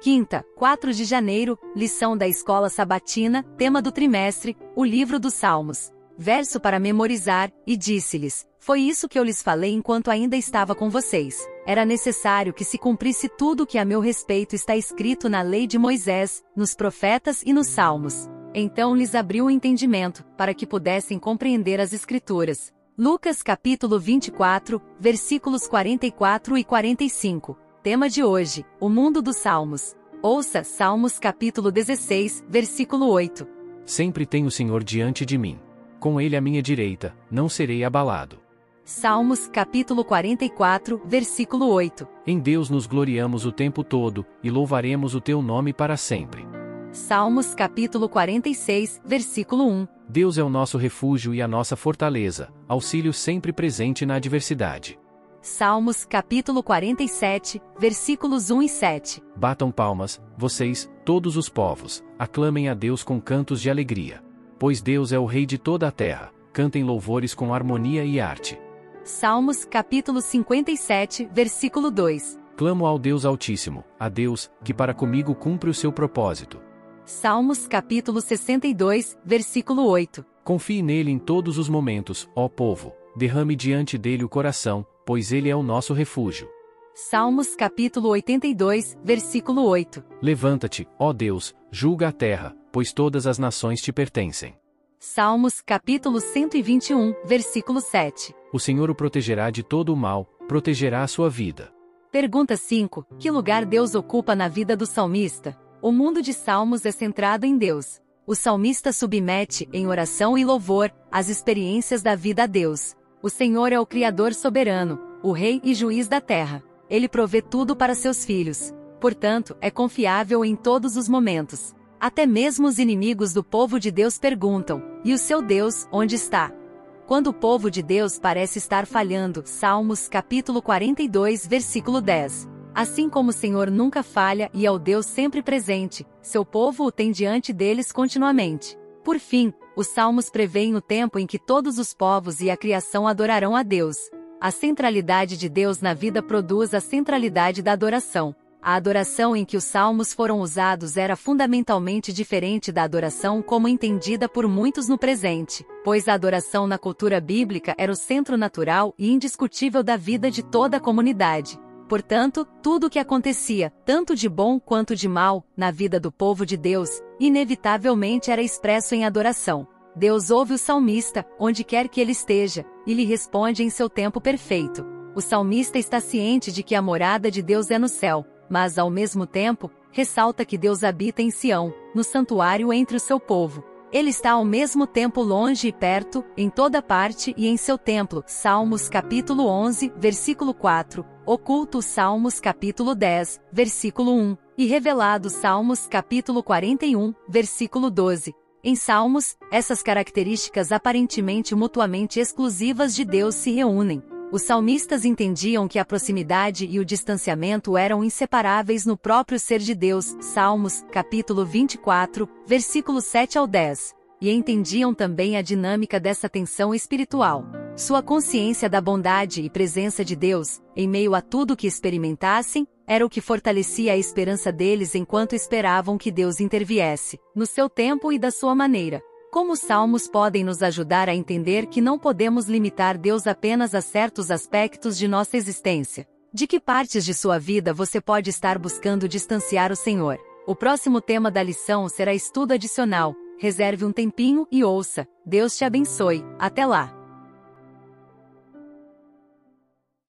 Quinta, 4 de janeiro, lição da escola sabatina, tema do trimestre, o livro dos Salmos. Verso para memorizar, e disse-lhes: foi isso que eu lhes falei enquanto ainda estava com vocês. Era necessário que se cumprisse tudo o que a meu respeito está escrito na lei de Moisés, nos profetas e nos Salmos. Então lhes abriu o entendimento, para que pudessem compreender as Escrituras. Lucas capítulo 24, versículos 44 e 45. Tema de hoje, o mundo dos Salmos. Ouça Salmos capítulo 16, versículo 8. Sempre tenho o Senhor diante de mim. Com ele à minha direita, não serei abalado. Salmos capítulo 44, versículo 8. Em Deus nos gloriamos o tempo todo, e louvaremos o teu nome para sempre. Salmos capítulo 46, versículo 1. Deus é o nosso refúgio e a nossa fortaleza, auxílio sempre presente na adversidade. Salmos capítulo 47, versículos 1 e 7. Batam palmas, vocês, todos os povos, aclamem a Deus com cantos de alegria. Pois Deus é o Rei de toda a terra, cantem louvores com harmonia e arte. Salmos capítulo 57, versículo 2. Clamo ao Deus Altíssimo, a Deus, que para comigo cumpre o seu propósito. Salmos capítulo 62, versículo 8. Confie nele em todos os momentos, ó povo, derrame diante dele o coração, pois ele é o nosso refúgio. Salmos capítulo 82, versículo 8. Levanta-te, ó Deus, julga a terra, pois todas as nações te pertencem. Salmos capítulo 121, versículo 7. O Senhor o protegerá de todo o mal, protegerá a sua vida. Pergunta 5. Que lugar Deus ocupa na vida do salmista? O mundo de Salmos é centrado em Deus. O salmista submete, em oração e louvor, as experiências da vida a Deus. O Senhor é o Criador soberano, o Rei e Juiz da terra. Ele provê tudo para seus filhos. Portanto, é confiável em todos os momentos. Até mesmo os inimigos do povo de Deus perguntam: e o seu Deus, onde está? Quando o povo de Deus parece estar falhando, Salmos capítulo 42, versículo 10. Assim como o Senhor nunca falha e é o Deus sempre presente, seu povo o tem diante deles continuamente. Por fim, os Salmos prevêem o tempo em que todos os povos e a criação adorarão a Deus. A centralidade de Deus na vida produz a centralidade da adoração. A adoração em que os Salmos foram usados era fundamentalmente diferente da adoração como entendida por muitos no presente, pois a adoração na cultura bíblica era o centro natural e indiscutível da vida de toda a comunidade. Portanto, tudo o que acontecia, tanto de bom quanto de mal, na vida do povo de Deus, inevitavelmente era expresso em adoração. Deus ouve o salmista, onde quer que ele esteja, e lhe responde em seu tempo perfeito. O salmista está ciente de que a morada de Deus é no céu, mas, ao mesmo tempo, ressalta que Deus habita em Sião, no santuário entre o seu povo. Ele está ao mesmo tempo longe e perto, em toda parte e em seu templo. Salmos capítulo 11, versículo 4, oculto Salmos capítulo 10, versículo 1, e revelado Salmos capítulo 41, versículo 12. Em Salmos, essas características aparentemente mutuamente exclusivas de Deus se reúnem. Os salmistas entendiam que a proximidade e o distanciamento eram inseparáveis no próprio ser de Deus, Salmos, capítulo 24, versículos 7 ao 10, e entendiam também a dinâmica dessa tensão espiritual. Sua consciência da bondade e presença de Deus, em meio a tudo que experimentassem, era o que fortalecia a esperança deles enquanto esperavam que Deus interviesse, no seu tempo e da sua maneira. Como os Salmos podem nos ajudar a entender que não podemos limitar Deus apenas a certos aspectos de nossa existência? De que partes de sua vida você pode estar buscando distanciar o Senhor? O próximo tema da lição será estudo adicional. Reserve um tempinho e ouça. Deus te abençoe. Até lá!